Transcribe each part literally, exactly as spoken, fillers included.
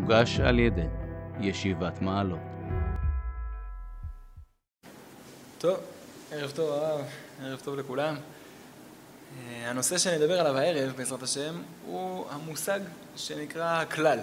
מוגש על ידי ישיבת מעלות. טוב, ערב טוב הרב, ערב טוב לכולם. הנושא שנדבר עליו הערב בעזרת השם הוא המושג שנקרא הכלל.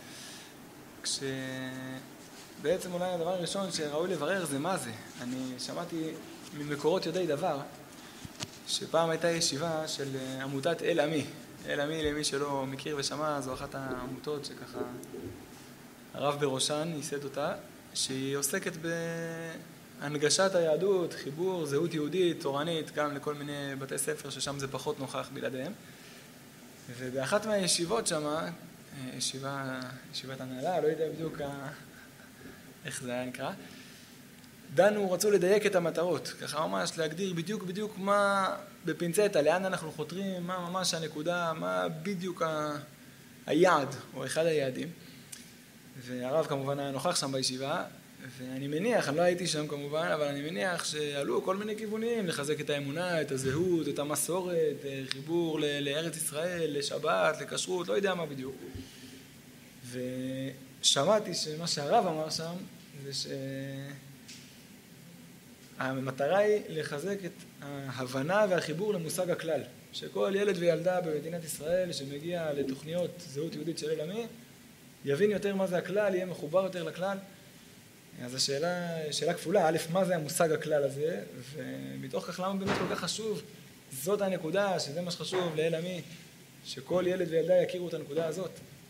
כשבעצם אולי הדבר הראשון שראוי לברר זה מה זה. אני שמעתי ממקורות יודעי דבר שפעם הייתה ישיבה של עמותת אל עמי. אל עמי, למי שלא מכיר ושמע, זו אחת העמותות שככה הרב בראשן ייסד אותה, שהיא עוסקת בהנגשת היהדות, חיבור, זהות יהודית, תורנית, גם לכל מיני בתי ספר ששם זה פחות נוכח בלעדיהם. ובאחת מהישיבות שמה, ישיבה, ישיבת הנהלה, לא יודע בדיוק איך זה היה נקרא, דנו, רצו לדייק את המטרות, ככה ממש להגדיר בדיוק בדיוק מה בפינצטה, לאן אנחנו חותרים, מה ממש הנקודה, מה בדיוק ה... היעד או אחד היעדים. והרב כמובן היה נוכח שם בישיבה, ואני מניח, אני לא הייתי שם כמובן, אבל אני מניח שעלו כל מיני כיוונים, לחזק את האמונה, את הזהות, את המסורת, חיבור ל- לארץ ישראל, לשבת, לכשרות, לא יודע מה בדיוק. ושמעתי שמה שהרב אמר שם, זה ש... המטרה היא לחזק את ההבנה והחיבור למושג הכלל. שכל ילד וילדה במדינת ישראל שמגיע לתוכניות זהות יהודית של אל עמי, יבין יותר מה זה הכלל, יהיה מחובר יותר לכלל. אז השאלה, שאלה כפולה, א', מה זה המושג הכלל הזה? ומתוך כך למה באמת כל כך חשוב? זאת הנקודה, שזה מה שחשוב לאל עמי, שכל ילד וילדה יכירו את הנקודה הזאת.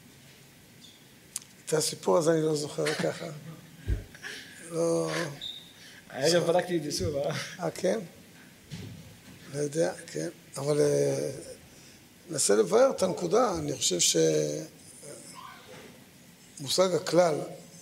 את הסיפור הזה אני לא זוכר ככה. לא... הערב בדקתי את זה שוב, אה? אה, כן? לא יודע, כן. אבל ננסה לבאר את הנקודה. אני חושב שמושג הכלל,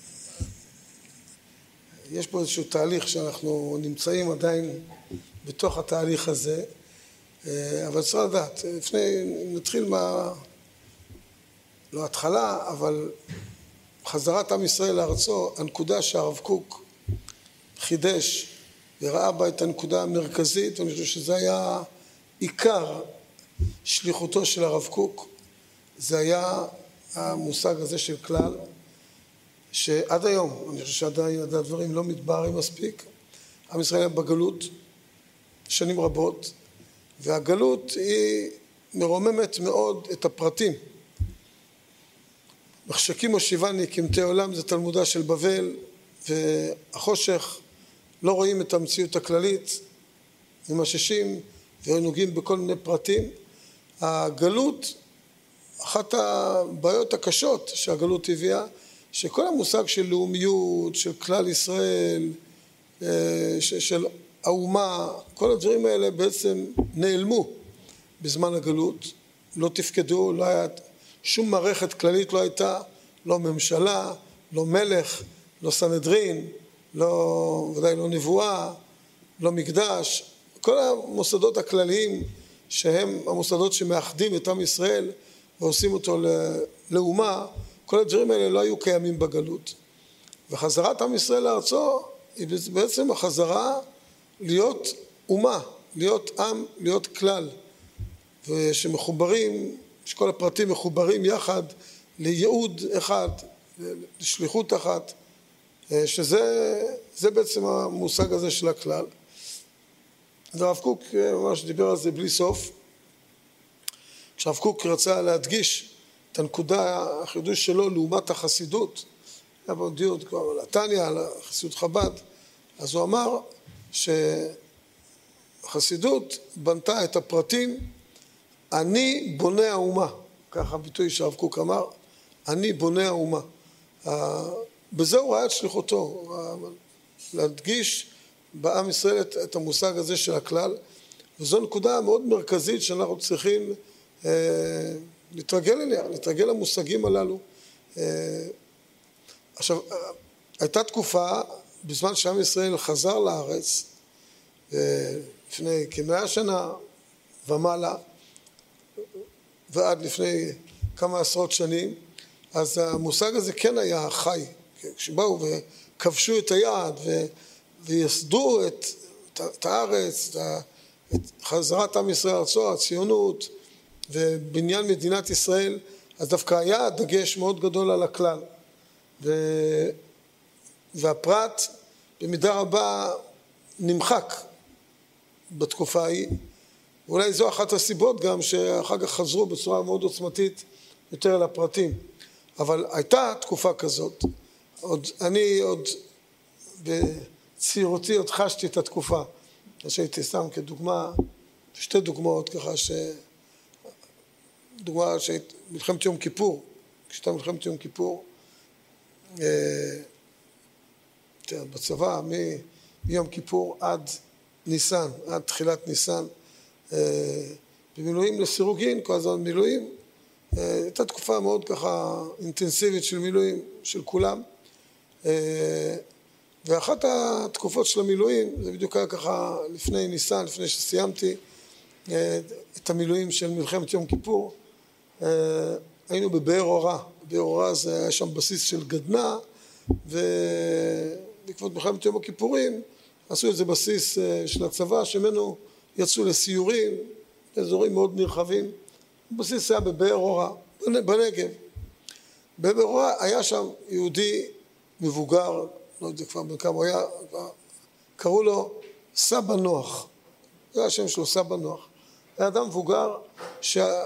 יש פה איזשהו תהליך שאנחנו נמצאים עדיין בתוך התהליך הזה, אבל צריך לדעת, לפני, נתחיל מה... לא התחלה, אבל חזרת עם ישראל לארצו, הנקודה שהרב קוק חידש וראה בה את הנקודה המרכזית, ואני חושב שזה היה עיקר שליחותו של הרב קוק, זה היה המושג הזה של כלל, שעד היום, אני חושב שעד היום הדברים לא מתבהרים מספיק, עם ישראל היה בגלות שנים רבות, והגלות היא מרוממת מאוד את הפרטים. מחשכים הושיבני כמתי עולם, זה תלמודה של בבל, והחושך לא רואים את המציאות הכללית, ממששים ונוגעים בכל מיני פרטים. הגלות, אחת הבעיות הקשות שהגלות הביאה, שכל המושג של לאומיות, של כלל ישראל, של האומה, כל הדברים האלה בעצם נעלמו בזמן הגלות, לא תפקדו, לא היה שום מערכת כללית, לא הייתה, לא ממשלה, לא מלך, לא סנהדרין, לא, ודאי לא נבואה, לא מקדש, כל המוסדות הכלליים שהם המוסדות שמאחדים את עם ישראל ועושים אותו לאומה, כל הדברים האלה לא היו קיימים בגלות. וחזרת עם ישראל לארצו היא בעצם החזרה להיות אומה, להיות עם, להיות כלל, ושמחוברים, שכל הפרטים מחוברים יחד לייעוד אחד, לשליחות אחת, שזה זה בעצם המושג הזה של הכלל. הרב קוק ממש דיבר על זה בלי סוף. כשהרב קוק רצה להדגיש את הנקודה, החידוש שלו לעומת החסידות, היה בו דיון כבר על התניא, על החסידות חב"ד, אז הוא אמר שהחסידות בנתה את הפרטים, אני בונה האומה, ככה הביטוי שהרב קוק אמר, אני בונה האומה. בזה הוא ראה את שליחותו, להדגיש בעם ישראל את, את המושג הזה של הכלל, וזו נקודה מאוד מרכזית שאנחנו צריכים אה, להתרגל אליה, להתרגל למושגים הללו. אה, עכשיו, הייתה תקופה, בזמן שעם ישראל חזר לארץ, אה, לפני כמאה שנה ומעלה, ועד לפני כמה עשרות שנים, אז המושג הזה כן היה חי, כשבאו וכבשו את היעד ו... ויסדו את, את הארץ, את חזרת עם ישראל ארצו, הציונות ובניין מדינת ישראל, אז דווקא היה דגש מאוד גדול על הכלל. ו... והפרט במידה רבה נמחק בתקופה ההיא. אולי זו אחת הסיבות גם שאחר כך חזרו בצורה מאוד עוצמתית יותר לפרטים. אבל הייתה תקופה כזאת, עוד, אני עוד בצעירותי עוד חשתי את התקופה, שהייתי שם כדוגמה, שתי דוגמאות ככה, ש... דוגמה שהיית מלחמת יום כיפור, כשאתה מלחמת יום כיפור, בצבא, מ- מיום כיפור עד ניסן, עד תחילת ניסן, במילואים לסירוגין, כל הזמן מילואים, הייתה תקופה מאוד ככה אינטנסיבית של מילואים של כולם, ואחת התקופות של המילואים, זה בדיוק היה ככה לפני ניסן, לפני שסיימתי את המילואים של מלחמת יום כיפור, היינו בבאר אורה, באר אורה זה היה שם בסיס של גדנ"ע, ובעקבות מלחמת יום הכיפורים עשו את זה בסיס של הצבא, שממנו יצאו לסיורים, אזורים מאוד נרחבים. הבסיס היה בבאר אורה, בנגב. בבאר אורה היה שם יהודי מבוגר, לא יודע כבר בכמה הוא היה, קראו לו סבא נוח, זה היה השם שלו, סבא נוח. היה אדם מבוגר שה,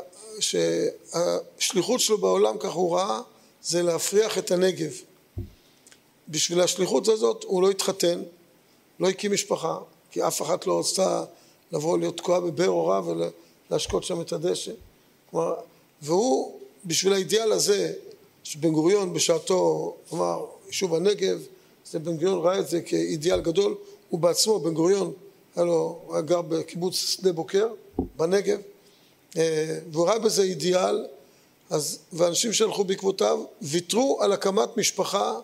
שהשליחות שלו בעולם, כך הוא ראה, זה להפריח את הנגב. בשביל השליחות הזאת הוא לא התחתן, לא הקים משפחה, כי אף אחת לא רצתה לבוא להיות תקועה בבאר אורה ולהשקות שם את הדשא. כלומר, והוא, בשביל האידיאל הזה, שבן גוריון בשעתו אמר, יישוב הנגב, זה בן גוריון ראה את זה כאידיאל גדול, הוא בעצמו, בן גוריון, היה לו, היה גר בקיבוץ שדה בוקר, בנגב, והוא ראה בזה אידיאל, אז, ואנשים שהלכו בעקבותיו, ויתרו על הקמת משפחה,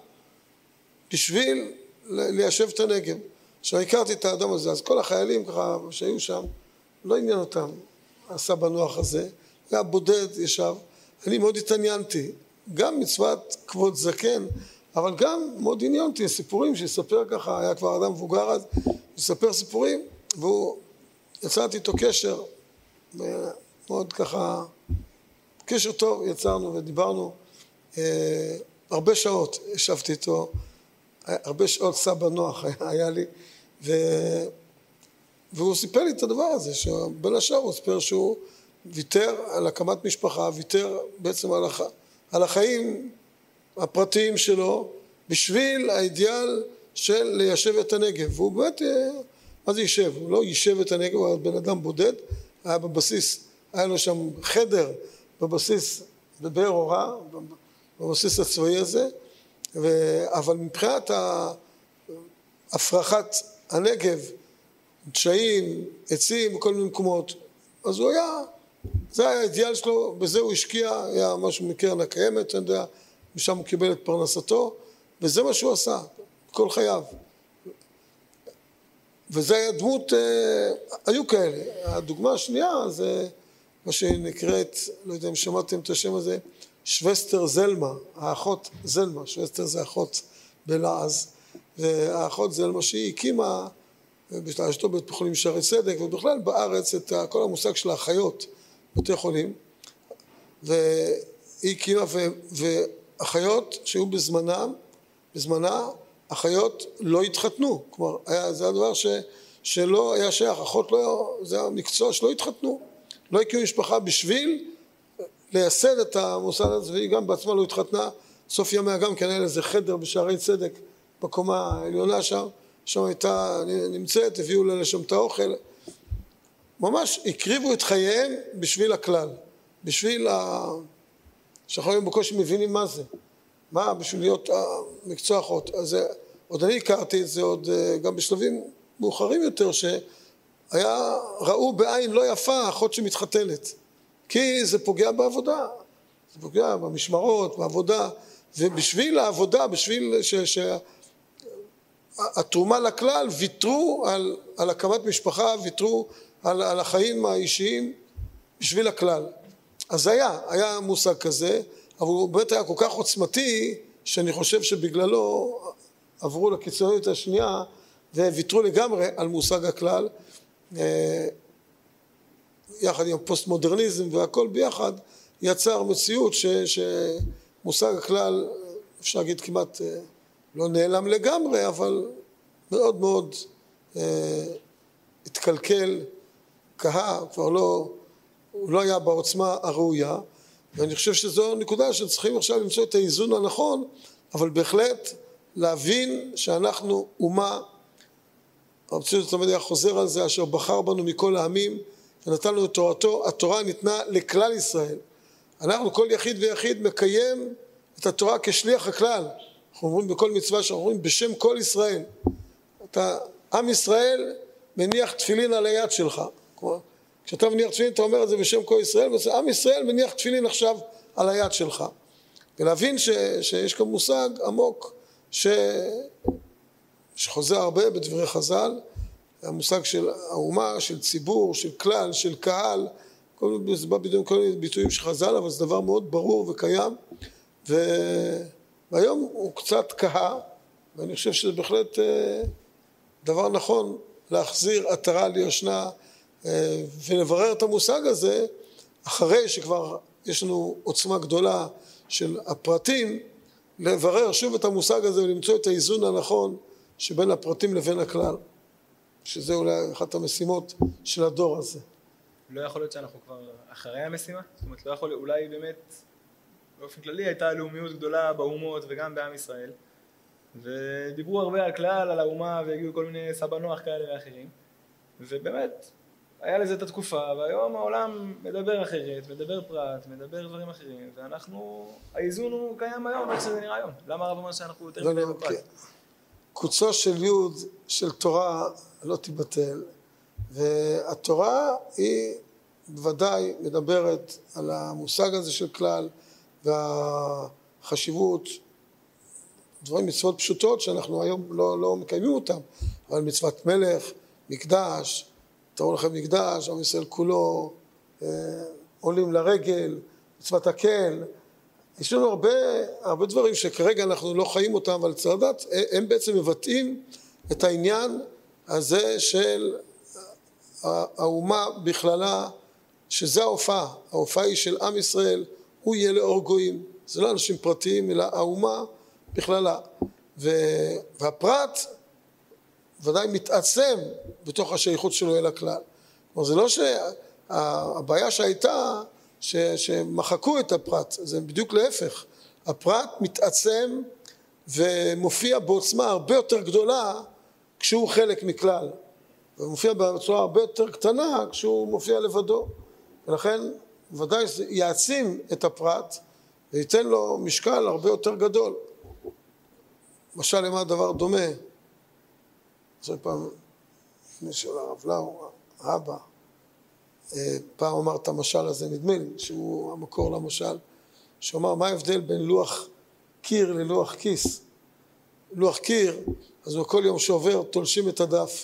בשביל ליישב את הנגב. עכשיו הכרתי את האדם הזה, אז כל החיילים ככה שהיו שם, לא עניין אותם, הסבא נוח הזה, היה בודד, ישב, אני מאוד התעניינתי, גם מצוות כבוד זקן, אבל גם מאוד עניינתי, סיפורים שיספר ככה, היה כבר אדם מבוגר אז, יספר סיפורים, והוא, יצרתי איתו קשר, מאוד ככה, קשר טוב, יצרנו ודיברנו, אה, הרבה שעות ישבתי איתו, הרבה שעות סבא נוח היה לי, ו... והוא סיפר לי את הדבר הזה, שבין השאר הוא סיפר שהוא ויתר על הקמת משפחה, ויתר בעצם על, הח... על החיים הפרטיים שלו, בשביל האידיאל של ליישב את הנגב. והוא באמת, מה זה יישב? הוא לא יישב את הנגב, הוא היה בן אדם בודד, היה בבסיס, היה לו שם חדר בבסיס בבאר אורה, בבסיס הצבאי הזה, ו... אבל מבחינת הפרחת הנגב, דשאים, עצים, בכל מיני מקומות, אז הוא היה, זה היה האידיאל שלו, בזה הוא השקיע, היה משהו מקרן הקיימת, אני יודע, משם הוא קיבל את פרנסתו, וזה מה שהוא עשה, כל חייו. וזה היה דמות, אה, היו כאלה. הדוגמה השנייה זה מה שנקראת, לא יודע אם שמעתם את השם הזה, שווסטר זלמה, האחות זלמה, שווסטר זה אחות בלעז, והאחות זלמה שהיא הקימה, בשלטו בית חולים שערי צדק, ובכלל בארץ את כל המושג של האחיות, בתי חולים, והיא הקימה, ואחיות שהיו בזמנם, בזמנה, אחיות לא התחתנו, כלומר, היה, זה הדבר ש, שלא היה שייך, אחות לא, זה המקצוע שלא התחתנו, לא הקימו משפחה בשביל לייסד את המוסד הזה, והיא גם בעצמה לא התחתנה, סוף ימיה גם כן היה לזה חדר בשערי צדק, בקומה העליונה שם, שם הייתה נמצאת, הביאו לה לשם את האוכל, ממש הקריבו את חייהם בשביל הכלל, בשביל ה... שאנחנו היום בקושי מבינים מה זה, מה בשביל להיות המקצוע אחות. אז עוד אני הכרתי את זה עוד גם בשלבים מאוחרים יותר, שהיה, ראו בעין לא יפה אחות שמתחתנת, כי זה פוגע בעבודה, זה פוגע במשמרות, בעבודה, ובשביל העבודה, בשביל ש... ש... התרומה לכלל, ויתרו על, על הקמת משפחה, ויתרו על, על החיים האישיים בשביל הכלל. אז היה, היה מושג כזה, אבל הוא באמת היה כל כך עוצמתי, שאני חושב שבגללו עברו לקיצוניות השנייה, וויתרו לגמרי על מושג הכלל, יחד עם הפוסט-מודרניזם והכל ביחד, יצר מציאות ש, שמושג הכלל אפשר להגיד כמעט לא נעלם לגמרי, אבל מאוד מאוד אה, התקלקל, קהה, כבר לא, הוא לא היה בעוצמה הראויה, ואני חושב שזו נקודה שצריכים עכשיו למצוא את האיזון הנכון, אבל בהחלט להבין שאנחנו אומה, הרב ציון תמיד היה חוזר על זה, אשר בחר בנו מכל העמים ונתן לנו את תורתו, התורה ניתנה לכלל ישראל. אנחנו כל יחיד ויחיד מקיים את התורה כשליח הכלל. אנחנו אומרים בכל מצווה שאנחנו אומרים בשם כל ישראל. אתה, עם ישראל מניח תפילין על היד שלך. כלומר, כשאתה מניח תפילין אתה אומר את זה בשם כל ישראל, עם ישראל מניח תפילין עכשיו על היד שלך. ולהבין ש, שיש כאן מושג עמוק ש, שחוזר הרבה בדברי חז"ל, המושג של האומה, של ציבור, של כלל, של קהל, כל, זה בא בדיוק כל מיני ביטויים של חז"ל, אבל זה דבר מאוד ברור וקיים, ו... והיום הוא קצת קהה, ואני חושב שזה בהחלט דבר נכון להחזיר עטרה ליושנה ולברר את המושג הזה, אחרי שכבר יש לנו עוצמה גדולה של הפרטים, לברר שוב את המושג הזה ולמצוא את האיזון הנכון שבין הפרטים לבין הכלל, שזה אולי אחת המשימות של הדור הזה. לא יכול להיות שאנחנו כבר אחרי המשימה? זאת אומרת, לא יכול, אולי באמת, באופן כללי הייתה לאומיות גדולה באומות וגם בעם ישראל, ודיברו הרבה על כלל, על האומה, והגיעו כל מיני סבא נוח כאלה ואחרים, ובאמת, היה לזה את התקופה, והיום העולם מדבר אחרת, מדבר פרט, מדבר דברים אחרים, ואנחנו, האיזון הוא קיים היום, איך שזה נראה היום. למה הרב אומר שאנחנו יותר מדי בפרט? קוצו של יוד של תורה לא תיבטל, והתורה היא בוודאי מדברת על המושג הזה של כלל והחשיבות, דברים מצוות פשוטות שאנחנו היום לא, לא מקיימים אותם, אבל מצוות מלך, מקדש, תראו לכם מקדש, עם ישראל כולו אה, עולים לרגל, מצוות הקל, יש לנו הרבה, הרבה דברים שכרגע אנחנו לא חיים אותם, אבל צריך לדעת, הם בעצם מבטאים את העניין הזה של האומה בכללה, שזה ההופעה, ההופעה היא של עם ישראל, הוא יהיה לאור גויים, זה לא אנשים פרטיים, אלא האומה בכללה, והפרט ודאי מתעצם בתוך השייכות שלו אל הכלל. כלומר, זה לא שהבעיה שהייתה, ש, שמחקו את הפרט, זה בדיוק להפך, הפרט מתעצם ומופיע בעוצמה הרבה יותר גדולה כשהוא חלק מכלל, ומופיע בצורה הרבה יותר קטנה כשהוא מופיע לבדו, ולכן ודאי זה יעצים את הפרט וייתן לו משקל הרבה יותר גדול. למשל, למה הדבר דומה? זה פעם, לפני של הרב לאו, האבא, פעם אמר את המשל הזה, נדמה לי, שהוא המקור למשל, שאומר מה ההבדל בין לוח קיר ללוח כיס. לוח קיר, אז כל יום שעובר תולשים את הדף,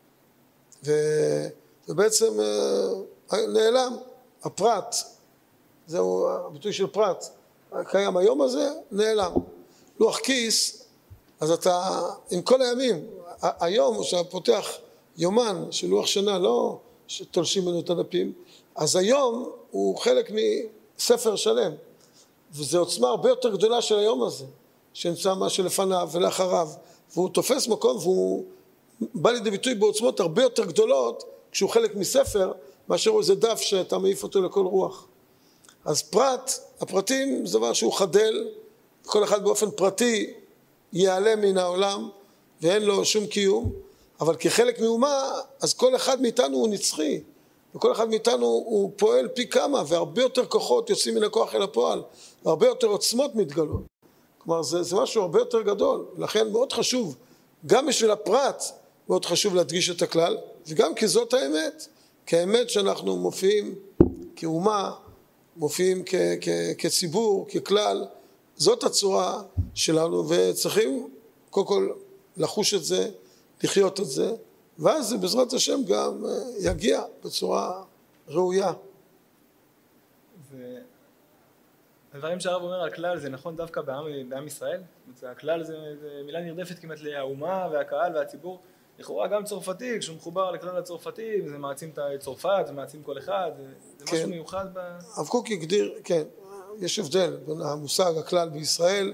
ובעצם נעלם הפרט, זהו הביטוי של פרט, קיים היום הזה, נעלם. לוח כיס, אז אתה עם כל הימים, היום כשאתה פותח יומן של לוח שנה, לא שתולשים לנו את הדפים, אז היום הוא חלק מספר שלם, וזו עוצמה הרבה יותר גדולה של היום הזה, שנמצא מה שלפניו ולאחריו, והוא תופס מקום והוא בא לידי ביטוי בעוצמות הרבה יותר גדולות, כשהוא חלק מספר, מאשר הוא איזה דף שאתה מעיף אותו לכל רוח. אז פרט, הפרטים זה דבר שהוא חדל, כל אחד באופן פרטי ייעלם מן העולם, ואין לו שום קיום, אבל כחלק מאומה, אז כל אחד מאיתנו הוא נצחי, וכל אחד מאיתנו הוא פועל פי כמה, והרבה יותר כוחות יוצאים מן הכוח אל הפועל, והרבה יותר עוצמות מתגלות. כלומר, זה, זה משהו הרבה יותר גדול, לכן מאוד חשוב, גם בשביל הפרט, מאוד חשוב להדגיש את הכלל, וגם כי זאת האמת, כאמת שאנחנו מופיעים כאומה, מופיעים כ, כ, כציבור, ככלל, זאת הצורה שלנו, וצריכים קודם כל לחוש את זה, לחיות את זה, ואז זה בעזרת השם גם יגיע בצורה ראויה. הדברים שהרב אומר על כלל זה נכון דווקא בעם, בעם ישראל, הכלל זה, זה מילה נרדפת כמעט לאומה והקהל והציבור, לכאורה גם צרפתי, כשהוא מחובר לכלל הצרפתי, זה מעצים את צרפת, זה מעצים כל אחד, זה, זה כן. משהו מיוחד ב... הרב קוק הגדיר, כן, יש הבדל בין המושג הכלל בישראל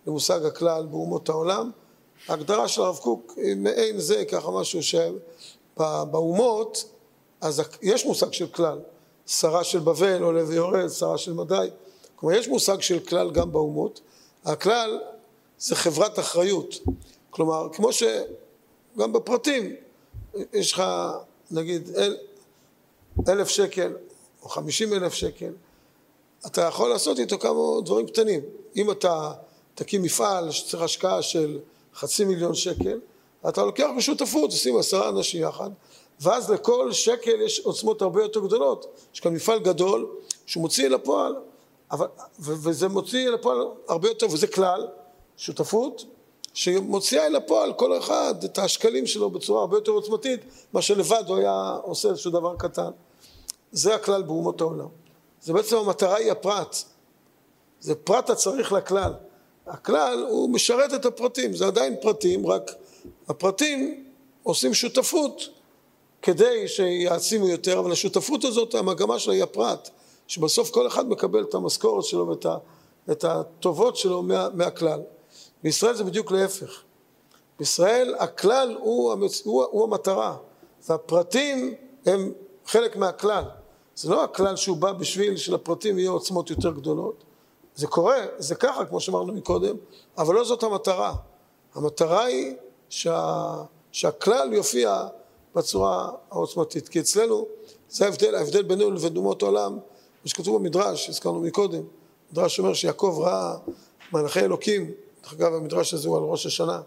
למושג הכלל באומות העולם. ההגדרה של הרב קוק היא מעין זה, ככה משהו שבאומות, אז יש מושג של כלל, שרה של בבל עולה ויורד, שרה של מדי, כלומר יש מושג של כלל גם באומות. הכלל זה חברת אחריות, כלומר כמו שגם בפרטים יש לך נגיד אל, אלף שקל או חמישים אלף שקל, אתה יכול לעשות איתו כמה דברים קטנים. אם אתה תקים מפעל שצריך השקעה של חצי מיליון שקל, אתה לוקח בשותפות, עושים עשרה אנשים יחד, ואז לכל שקל יש עוצמות הרבה יותר גדולות. יש כאן מפעל גדול שהוא מוציא לפועל, אבל, וזה מוציא לפועל הרבה יותר, וזה כלל, שותפות, שמוציאה לפועל כל אחד את השקלים שלו בצורה הרבה יותר עוצמתית, מה שלבד הוא היה עושה איזשהו דבר קטן. זה הכלל באומות העולם. זה בעצם המטרה היא הפרט. זה פרט הצריך לכלל. הכלל הוא משרת את הפרטים, זה עדיין פרטים, רק הפרטים עושים שותפות כדי שיעצימו יותר, אבל השותפות הזאת, המגמה שלה היא הפרט, שבסוף כל אחד מקבל את המשכורת שלו ואת ה, את הטובות שלו מה, מהכלל. בישראל זה בדיוק להפך. בישראל הכלל הוא, המצ... הוא, הוא המטרה, והפרטים הם חלק מהכלל. זה לא הכלל שהוא בא בשביל שלפרטים יהיו עוצמות יותר גדולות. זה קורה, זה ככה כמו שאמרנו מקודם, אבל לא זאת המטרה. המטרה היא שה... שהכלל יופיע בצורה העוצמתית. כי אצלנו זה ההבדל, ההבדל בינינו לבין אומות העולם, מה שכתוב במדרש, הזכרנו מקודם, מדרש אומר שיעקב ראה מלאכי אלוקים, דרך אגב המדרש הזה הוא על ראש השנה,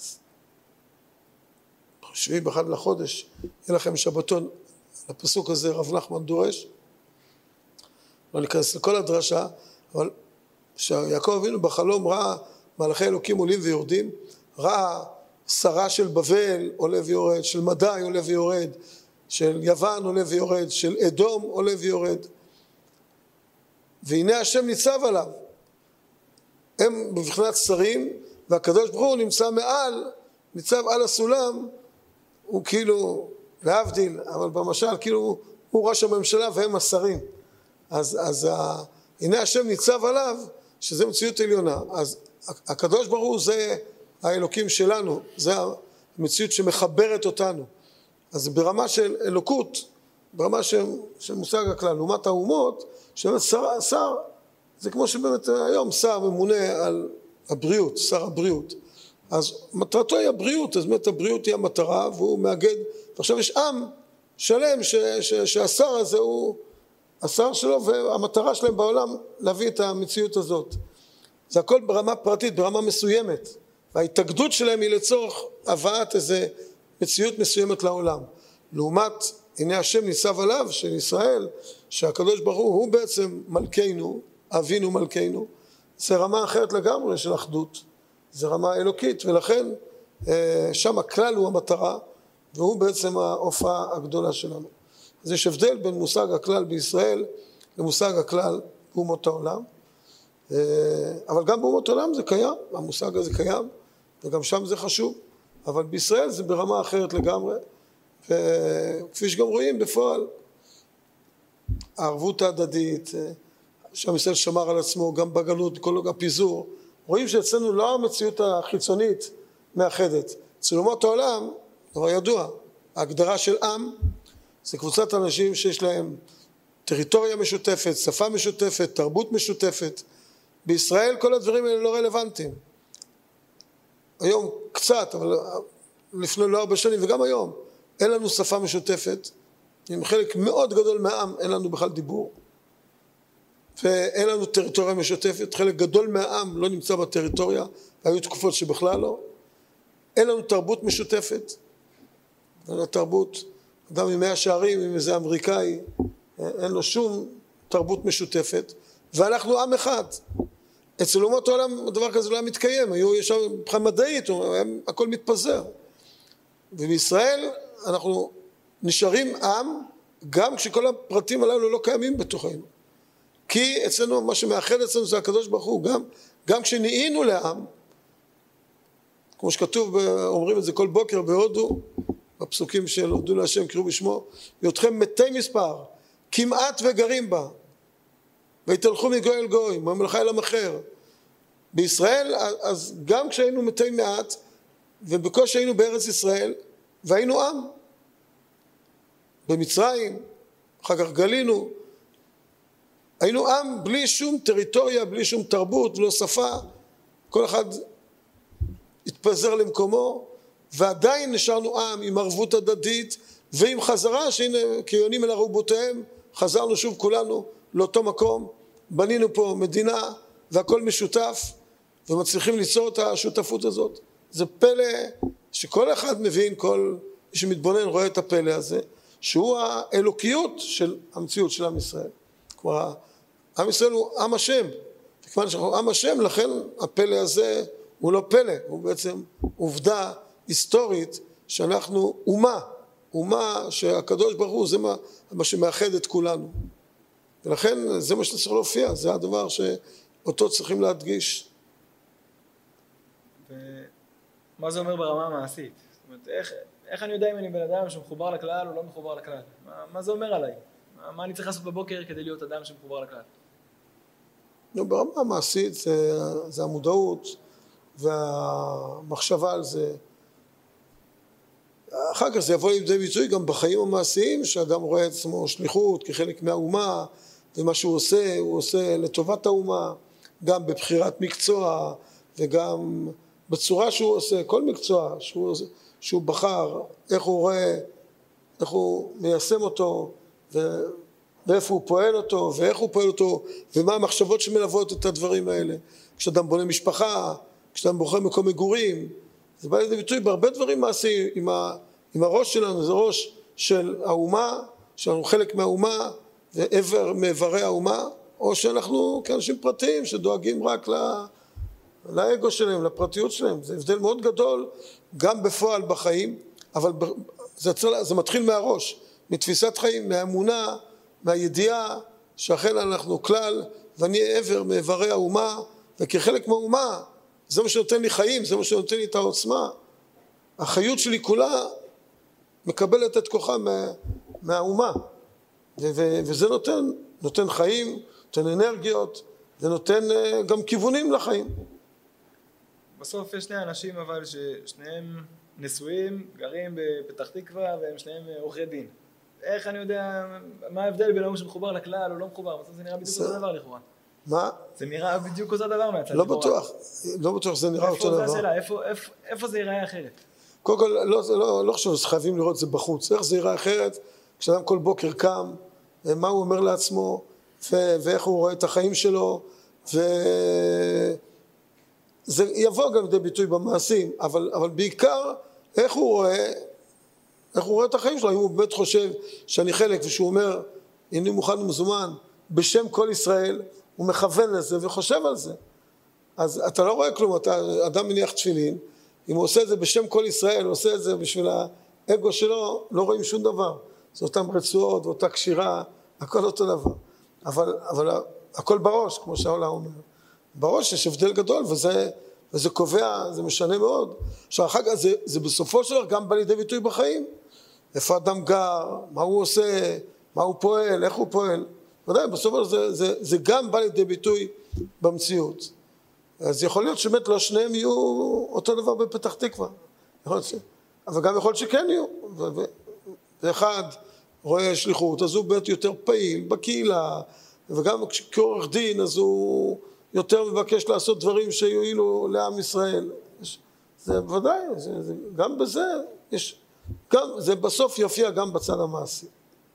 שביעי באחד לחודש, יהיה לכם שבתון, לפסוק הזה רב נחמן דורש, לא ניכנס לכל הדרשה, אבל שיעקב אבינו בחלום ראה מלאכי אלוקים עולים ויורדים, ראה שרה של בבל עולה ויורד, של מדי עולה ויורד, של יוון עולה ויורד, של אדום עולה ויורד, והנה השם ניצב עליו. הם בבחינת שרים, והקדוש ברוך הוא נמצא מעל, ניצב על הסולם, הוא כאילו, להבדיל, אבל במשל כאילו הוא ראש הממשלה והם השרים. אז, אז ה, הנה השם ניצב עליו, שזה מציאות עליונה. אז הקדוש ברוך הוא זה האלוקים שלנו, זה המציאות שמחברת אותנו. אז ברמה של אלוקות, ברמה של, של מושג הכלל, לעומת האומות, שבאמת שר, שר, זה כמו שבאמת היום שר ממונה על הבריאות, שר הבריאות. אז מטרתו היא הבריאות, אז באמת הבריאות היא המטרה, והוא מאגד, ועכשיו יש עם שלם ש, ש, שהשר הזה הוא השר שלו, והמטרה שלהם בעולם להביא את המציאות הזאת. זה הכל ברמה פרטית, ברמה מסוימת, וההתאגדות שלהם היא לצורך הבאת איזה מציאות מסוימת לעולם. לעומת, הנה השם ניצב עליו, של ישראל, שהקדוש ברוך הוא, הוא בעצם מלכנו, אבינו מלכנו, זה רמה אחרת לגמרי של אחדות, זה רמה אלוקית, ולכן שם הכלל הוא המטרה, והוא בעצם ההופעה הגדולה שלנו. אז יש הבדל בין מושג הכלל בישראל למושג הכלל באומות העולם, אבל גם באומות העולם זה קיים, המושג הזה קיים, וגם שם זה חשוב, אבל בישראל זה ברמה אחרת לגמרי, וכפי שגם רואים בפועל, הערבות ההדדית, שעם ישראל שמר על עצמו, גם בגלות, כל הפיזור, רואים שאצלנו לא המציאות החיצונית מאחדת. אצל אומות העולם, דבר ידוע, ההגדרה של עם, זה קבוצת אנשים שיש להם טריטוריה משותפת, שפה משותפת, תרבות משותפת. בישראל כל הדברים האלה לא רלוונטיים. היום קצת, אבל לפני לא הרבה שנים, וגם היום, אין לנו שפה משותפת, עם חלק מאוד גדול מהעם אין לנו בכלל דיבור, ואין לנו טריטוריה משותפת, חלק גדול מהעם לא נמצא בטריטוריה, והיו תקופות שבכלל לא. אין לנו תרבות משותפת, אין לנו תרבות, אדם עם מאה שערים, עם איזה אמריקאי, אין לו שום תרבות משותפת, ואנחנו עם אחד. אצל אומות העולם הדבר כזה לא היה מתקיים, היו ישר מבחינה מדעית, הכל מתפזר. ובישראל אנחנו נשארים עם, גם כשכל הפרטים הללו לא קיימים בתוכנו. כי אצלנו, מה שמאחד אצלנו זה הקדוש ברוך הוא, גם, גם כשנהיינו לעם, כמו שכתוב, אומרים את זה כל בוקר בהודו, בפסוקים של הודו להשם קראו בשמו, בהיותכם מתי מספר, כמעט וגרים בה, והתהלכו מגוי אל גוי, ממלכה אל עם אחר, בישראל, אז גם כשהיינו מתי מעט, ובקושי היינו בארץ ישראל, והיינו עם. במצרים, אחר כך גלינו, היינו עם בלי שום טריטוריה, בלי שום תרבות, בלי שפה, כל אחד התפזר למקומו, ועדיין נשארנו עם עם ערבות הדדית, ועם חזרה, שהנה כיונים אל ארובותיהם, חזרנו שוב כולנו לאותו מקום, בנינו פה מדינה, והכל משותף, ומצליחים ליצור את השותפות הזאת. זה פלא שכל אחד מבין, כל מי שמתבונן רואה את הפלא הזה, שהוא האלוקיות של המציאות של עם ישראל. כלומר, עם ישראל הוא עם השם, וכיוון שאנחנו עם השם, לכן הפלא הזה הוא לא פלא, הוא בעצם עובדה היסטורית שאנחנו אומה, אומה שהקדוש ברוך הוא זה מה, מה שמאחד את כולנו. ולכן זה מה שצריך להופיע, זה הדבר שאותו צריכים להדגיש. מה זה אומר ברמה המעשית? זאת אומרת, איך, איך אני יודע אם אני בן אדם שמחובר לכלל או לא מחובר לכלל? מה, מה זה אומר עליי? מה, מה אני צריך לעשות בבוקר כדי להיות אדם שמחובר לכלל? לא, ברמה המעשית זה, זה המודעות והמחשבה על זה. אחר כך זה יבוא לידי ביטוי גם בחיים המעשיים, שאדם רואה את עצמו שליחות כחלק מהאומה, ומה שהוא עושה, הוא עושה לטובת האומה, גם בבחירת מקצוע וגם בצורה שהוא עושה, כל מקצוע שהוא, שהוא בחר, איך הוא רואה, איך הוא מיישם אותו, ו, ואיפה הוא פועל אותו, ואיך הוא פועל אותו, ומה המחשבות שמלוות את הדברים האלה. כשאדם בונה משפחה, כשאדם בוחר מקום מגורים, זה בא לידי ביטוי בהרבה דברים מעשיים. עם, ה, עם הראש שלנו, זה ראש של האומה, שאנחנו חלק מהאומה, ועבר מעברי האומה, או שאנחנו כאנשים פרטיים שדואגים רק ל... לאגו שלהם, לפרטיות שלהם. זה הבדל מאוד גדול, גם בפועל בחיים, אבל זה, זה מתחיל מהראש, מתפיסת חיים, מהאמונה, מהידיעה, שאכן אנחנו כלל, ואני עבר מעברי האומה, וכחלק מהאומה, זה מה שנותן לי חיים, זה מה שנותן לי את העוצמה. החיות שלי כולה מקבלת את כוחה מה, מהאומה, ו, ו, וזה נותן, נותן חיים, נותן אנרגיות, זה נותן גם כיוונים לחיים. בסוף יש שני אנשים אבל ששניהם נשואים, גרים בפתח תקווה והם שניהם עורכי דין. איך אני יודע מה ההבדל בין ההוא שמחובר לכלל או לא מחובר? בסוף זה נראה בדיוק אותו דבר לכאורה. מה? זה נראה בדיוק אותו דבר מהצד. לא בטוח, לא בטוח שזה נראה אותו דבר. איפה זה השאלה? איפה, איפה, איפה זה ייראה אחרת? קודם כל, לא, לא, לא חושב שחייבים לראות את זה בחוץ. איך זה ייראה אחרת? כשאדם כל בוקר קם, מה הוא אומר לעצמו, ו- ואיך הוא רואה את החיים שלו, וזה יבוא גם לידי ביטוי במעשים, אבל, אבל בעיקר איך הוא רואה, איך הוא רואה את החיים שלו, אם הוא באמת חושב שאני חלק, ושהוא אומר, אני מוכן ומזומן, בשם כל ישראל, הוא מכוון לזה וחושב על זה. אז אתה לא רואה כלום, אתה אדם מניח תפילין, אם הוא עושה את זה בשם כל ישראל, הוא עושה את זה בשביל האגו שלו, לא רואים שום דבר. זה אותם רצועות, אותה קשירה, הכל אותו דבר. אבל, אבל הכל בראש, כמו שהעולם אומר. בראש יש הבדל גדול, וזה, וזה קובע, זה משנה מאוד. עכשיו, אחר כך זה, זה בסופו של דבר גם בא לידי ביטוי בחיים. איפה אדם גר, מה הוא עושה, מה הוא פועל, איך הוא פועל. ודאי, בסופו של דבר זה, זה, זה גם בא לידי ביטוי במציאות. אז יכול להיות שבאמת לא שניהם יהיו אותו דבר בפתח תקווה. יכול להיות ש... אבל גם יכול להיות שכן יהיו. ו... ו... ואחד רואה שליחות, אז הוא באמת יותר פעיל בקהילה, וגם כעורך דין, אז הוא יותר מבקש לעשות דברים שיועילו לעם ישראל. זה ודאי, זה, זה, גם בזה יש, גם, זה בסוף יופיע גם בצד המעשי.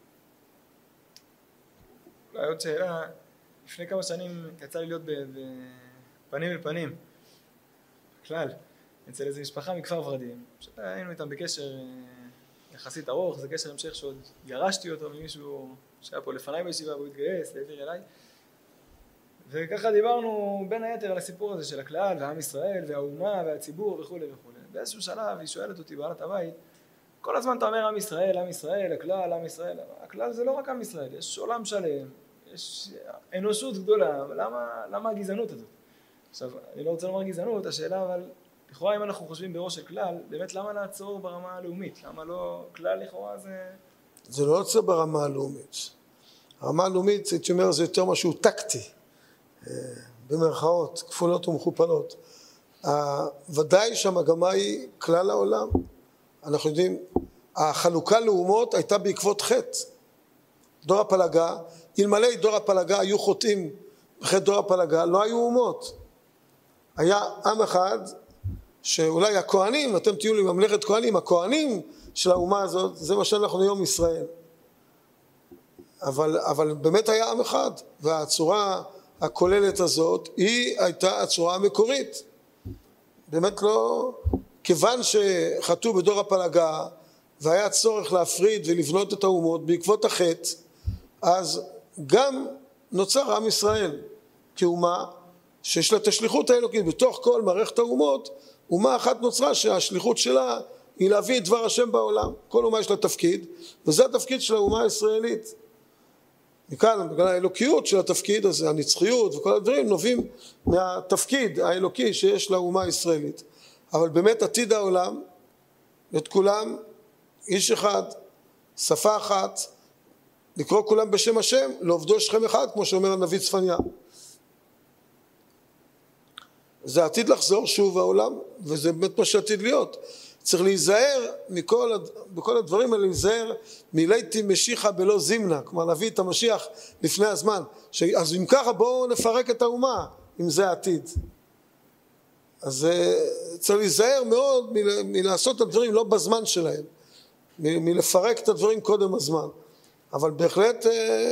אולי עוד שאלה, לפני כמה שנים יצא לי להיות בפנים אל פנים, בכלל, אצל איזו משפחה מכפר ורדים, שהיינו איתם בקשר יחסית ארוך, זה קשר המשך שעוד ירשתי אותו ממישהו שהיה פה לפניי בישיבה והוא התגייס, העביר אליי. וככה דיברנו בין היתר על הסיפור הזה של הכלל והעם ישראל והאומה והציבור וכו' וכו'. באיזשהו שלב היא שואלת אותי בעלת הבית, כל הזמן אתה אומר עם ישראל, עם ישראל, הכלל, עם ישראל. הכלל זה לא רק עם ישראל, יש עולם שלם, יש אנושות גדולה, למה, למה הגזענות הזאת? עכשיו, אני לא רוצה לומר גזענות, השאלה אבל, לכאורה אם אנחנו חושבים בראש של כלל, באמת למה לעצור ברמה הלאומית? למה לא, כלל לכאורה זה... זה לא יוצא ברמה הלאומית. הרמה הלאומית, הייתי אומר, זה יותר משהו טקטי. במרכאות, כפולות ומכופלות. ודאי שהמגמה היא כלל העולם. אנחנו יודעים, החלוקה לאומות הייתה בעקבות חטא. דור הפלגה, אלמלא דור הפלגה היו חוטאים בחטא דור הפלגה, לא היו אומות. היה עם אחד שאולי הכהנים, אתם תהיו לי ממלכת כהנים, הכהנים של האומה הזאת, זה מה שאנחנו היום ישראל. אבל, אבל באמת היה עם אחד, והצורה הכוללת הזאת היא הייתה הצורה המקורית. באמת לא, כיוון שחטאו בדור הפלגה והיה צורך להפריד ולבנות את האומות בעקבות החטא, אז גם נוצר עם ישראל כאומה שיש לה את השליחות האלוקית. בתוך כל מערכת האומות, אומה אחת נוצרה שהשליחות שלה היא להביא את דבר השם בעולם. כל אומה יש לה תפקיד, וזה התפקיד של האומה הישראלית. מכאן, בגלל האלוקיות של התפקיד הזה, הנצחיות וכל הדברים נובעים מהתפקיד האלוקי שיש לאומה הישראלית. אבל באמת עתיד העולם, את כולם, איש אחד, שפה אחת, לקרוא כולם בשם השם, לעובדו שכם אחד, כמו שאומר הנביא צפניה. זה עתיד לחזור שוב העולם, וזה באמת מה שעתיד להיות. צריך להיזהר מכל, בכל הדברים האלה, להיזהר מליתי משיחה בלא זימנה, כלומר להביא את המשיח לפני הזמן. ש... אז אם ככה בואו נפרק את האומה, אם זה העתיד. אז צריך להיזהר מאוד מ... מלעשות את הדברים לא בזמן שלהם, מ... מלפרק את הדברים קודם הזמן. אבל בהחלט,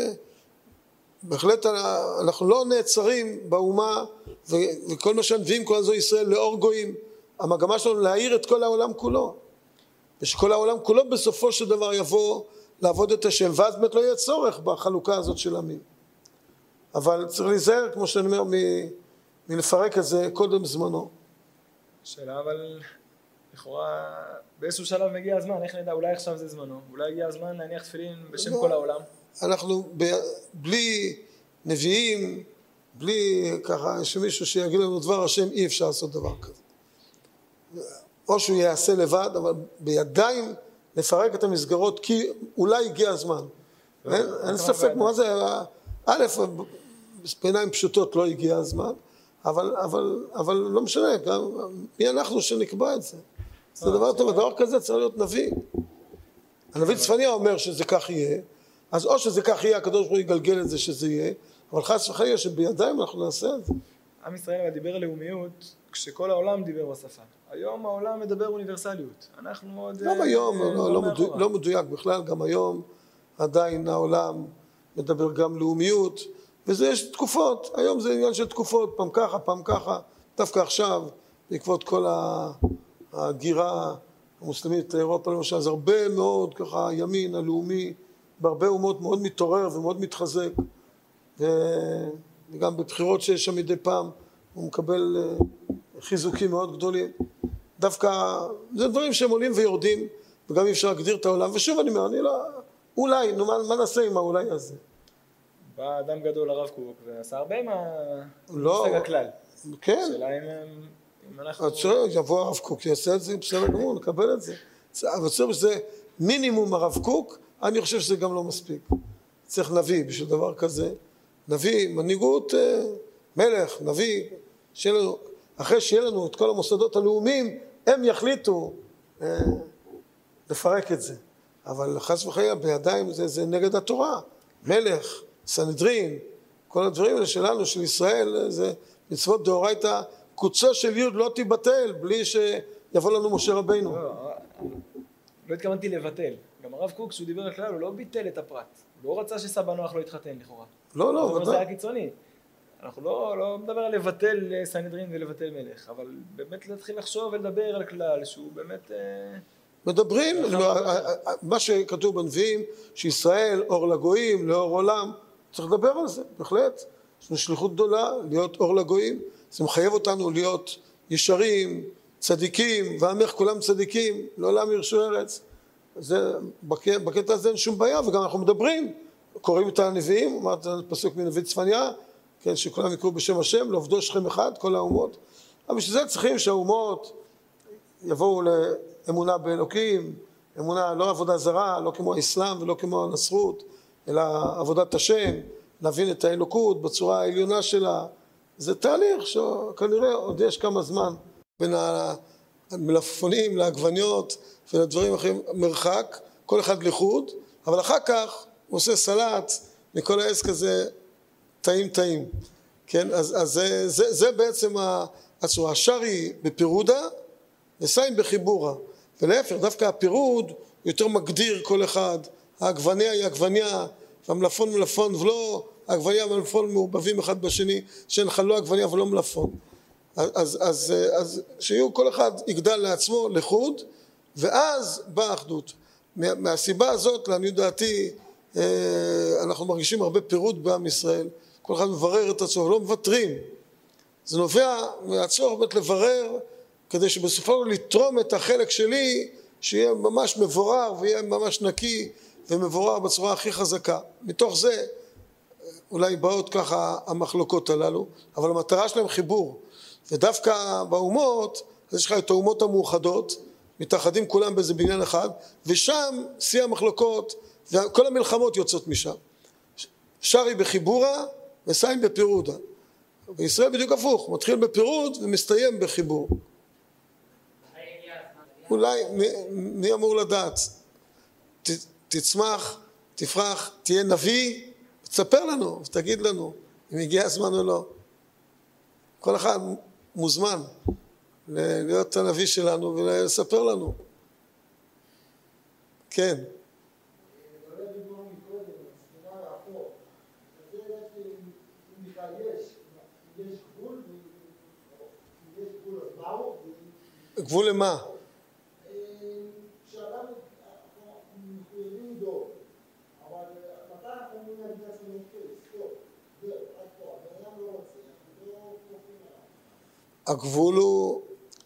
בהחלט אנחנו לא נעצרים באומה, ו... וכל מה שהנביאים כל הזו ישראל לאור גויים, המגמה שלנו להאיר את כל העולם כולו, ושכל העולם כולו בסופו של דבר יבוא לעבוד את השם, ואז באמת לא יהיה צורך בחלוקה הזאת של עמים. אבל צריך להיזהר, כמו שאני אומר, מ- מלפרק את זה קודם זמנו. שאלה, אבל לכאורה באיזשהו שלב מגיע הזמן, איך נדע, אולי עכשיו זה זמנו, אולי הגיע הזמן להניח תפילין בשם לא, כל העולם. אנחנו ב- בלי נביאים, בלי ככה שמישהו שיגיד לנו דבר השם, אי אפשר לעשות דבר כזה. או שהוא יעשה לבד, אבל בידיים לפרק את המסגרות, כי אולי הגיע הזמן. אין, אין ספק מה זה, א', בעיניים פשוטות לא הגיע הזמן, אבל, אבל, אבל לא משנה, גם מי אנחנו שנקבע את זה. זה דבר טוב, הדבר כזה צריך להיות נביא. הנביא צפניה אומר שזה כך יהיה, אז או שזה כך יהיה, הקדוש ברוך הוא יגלגל את זה שזה יהיה, אבל חס וחלילה שבידיים אנחנו נעשה את זה. עם ישראל דיבר לאומיות כשכל העולם דיבר בשפה. היום העולם מדבר אוניברסליות. אנחנו עוד... גם היום, לא, לא, מדויק, לא מדויק בכלל, גם היום עדיין העולם מדבר גם לאומיות, וזה יש תקופות, היום זה עניין של תקופות, פעם ככה, פעם ככה, דווקא עכשיו, בעקבות כל הגירה המוסלמית לאירופה למשל, זה הרבה מאוד ככה ימין הלאומי, בהרבה אומות מאוד מתעורר ומאוד מתחזק, וגם בבחירות שיש שם מדי פעם, הוא מקבל חיזוקים מאוד גדולים. דווקא זה דברים שהם עולים ויורדים, וגם אי אפשר להגדיר את העולם, ושוב אני אומר, אני לא, אולי, נו, מה, מה נעשה עם האולי הזה? בא אדם גדול הרב קוק, ועשה הרבה מהמושג לא, הכלל. כן. שאלה אם, אם אנחנו... אז שואל, יבוא הרב קוק, יעשה את זה, בסדר גמור, נקבל את זה. אבל צריך שזה מינימום הרב קוק, אני חושב שזה גם לא מספיק. צריך נביא בשביל דבר כזה. נביא, מנהיגות, מלך, נביא, שיהיה לנו, אחרי שיהיה לנו את כל המוסדות הלאומיים, הם יחליטו אה, לפרק את זה. אבל חס וחלילה בידיים זה, זה נגד התורה. מלך, סנהדרין, כל הדברים האלה שלנו, של ישראל, זה מצוות דאורייתא, קוצו של יוד לא תיבטל, בלי שיבוא לנו משה רבינו. לא, לא התכוונתי לבטל. גם הרב קוק, כשהוא דיבר הכלל, הוא לא ביטל את הפרט. הוא לא רצה שסבא נוח לא יתחתן לכאורה. לא, לא, ודאי. זה היה קיצוני. אנחנו לא, לא מדבר על לבטל סנהדרין ולבטל מלך, אבל באמת להתחיל לחשוב ולדבר על כלל שהוא באמת... מדברים, מה שכתוב בנביאים, שישראל אור לגויים, לאור עולם, צריך לדבר על זה, בהחלט. יש לנו שליחות גדולה להיות אור לגויים, זה מחייב אותנו להיות ישרים, צדיקים, ועמך כולם צדיקים, לעולם ירשו ארץ. זה, בקטע הזה אין שום בעיה, וגם אנחנו מדברים, קוראים את הנביאים, אמרת פסוק מנביא צפניה, כן, שכולם יקראו בשם השם, לעובדו שכם אחד, כל האומות. אבל בשביל זה צריכים שהאומות יבואו לאמונה באלוקים, אמונה לא עבודה זרה, לא כמו האסלאם ולא כמו הנצרות, אלא עבודת השם, להבין את האלוקות בצורה העליונה שלה, זה תהליך שכנראה עוד יש כמה זמן בין המלפפונים לעגבניות ולדברים אחרים, מרחק, כל אחד לחוד, אבל אחר כך הוא עושה סלט מכל העסק הזה טעים טעים, כן? אז, אז זה, זה, זה בעצם הצורה. השרי בפירודה וסיים בחיבורה, ולהפך, דווקא הפירוד יותר מגדיר כל אחד, העגבניה היא עגבניה, והמלפון מלפון, ולא העגבניה והמלפון מעורבבים אחד בשני, שאין לך לא עגבניה ולא מלפון. אז, אז, אז, אז שיהיו כל אחד יגדל לעצמו לחוד, ואז באה אחדות. מה, מהסיבה הזאת, לעניות דעתי, אנחנו מרגישים הרבה פירוד בעם ישראל, כל אחד מברר את עצמו, לא מוותרים. זה נובע מהצורך באמת לברר, כדי שבסופו לתרום את החלק שלי, שיהיה ממש מבורר ויהיה ממש נקי ומבורר בצורה הכי חזקה. מתוך זה אולי באות ככה המחלוקות הללו, אבל המטרה שלהם חיבור. ודווקא באומות, אז יש לך את האומות המאוחדות, מתאחדים כולם באיזה בניין אחד, ושם שיא המחלוקות, וכל המלחמות יוצאות משם. שרי בחיבורה וסיים בפירודה. בישראל בדיוק הפוך, מתחיל בפירוד ומסתיים בחיבור. אולי, מי, מי אמור לדעת? ת, תצמח, תפרח, תהיה נביא, תספר לנו, תגיד לנו אם הגיע הזמן או לא. כל אחד מוזמן להיות הנביא שלנו ולספר לנו. כן. גבול למה? שאדם מחויבים דור, אבל מתי אנחנו אומרים להגיד לעצמנו סטופ, זה, עד פה, הבן אדם לא רוצה, אנחנו לא כופים עליו. הגבול הוא,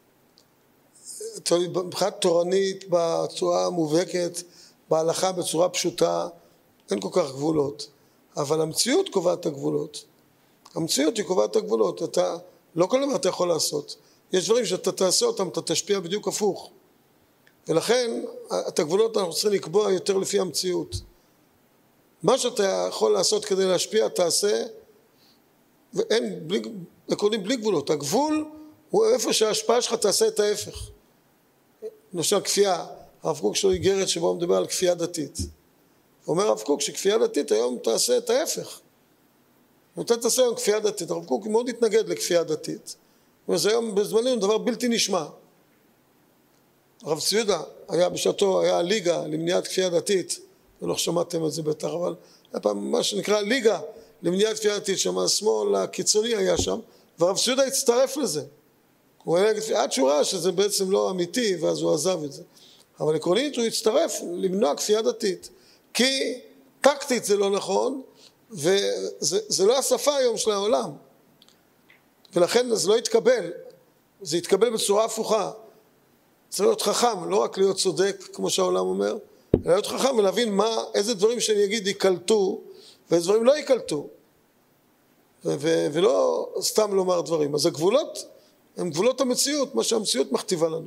מבחינת תורנית, בצורה מובהקת, בהלכה בצורה פשוטה, אין כל כך גבולות, אבל המציאות קובעת את הגבולות. המציאות היא קובעת את הגבולות, אתה, לא כל דבר אתה יכול לעשות. יש דברים שאתה תעשה אותם, אתה תשפיע בדיוק הפוך. ולכן, את הגבולות אנחנו צריכים לקבוע יותר לפי המציאות. מה שאתה יכול לעשות כדי להשפיע, תעשה, ואין, בלי, עקרונית בלי גבולות. הגבול הוא איפה שההשפעה שלך תעשה את ההפך. למשל, כפייה. הרב קוק שלו איגרת שבו הוא מדבר על כפייה דתית. הוא אומר הרב קוק שכפייה דתית היום תעשה את ההפך. אתה תעשה היום כפייה דתית. הרב קוק מאוד התנגד לכפייה דתית. וזה היום בזמננו דבר בלתי נשמע. הרב ציודה היה בשעתו, היה ליגה למניעת כפייה דתית, ולא שמעתם את זה בטח, אבל היה פעם מה שנקרא ליגה למניעת כפייה דתית, שם השמאל הקיצוני היה שם, והרב ציודה הצטרף לזה. הוא היה עד שהוא ראה שזה בעצם לא אמיתי, ואז הוא עזב את זה. אבל עקרונית הוא הצטרף למנוע כפייה דתית, כי טקטית זה לא נכון, וזה לא השפה היום של העולם. ולכן זה לא יתקבל, זה יתקבל בצורה הפוכה. צריך להיות חכם, לא רק להיות צודק, כמו שהעולם אומר, אלא להיות חכם ולהבין מה, איזה דברים שאני אגיד יקלטו, ואיזה דברים לא יקלטו. ו- ו- ולא סתם לומר דברים. אז הגבולות, הם גבולות המציאות, מה שהמציאות מכתיבה לנו.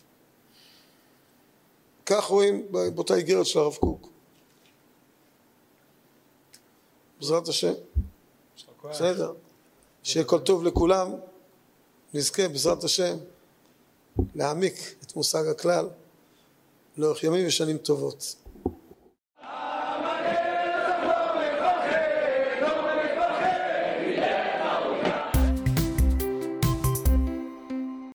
כך רואים באותה איגרת של הרב קוק. בעזרת השם. בסדר. שיהיה כל טוב לכולם, נזכה בעזרת השם להעמיק את מושג הכלל לאורך ימים ושנים טובות.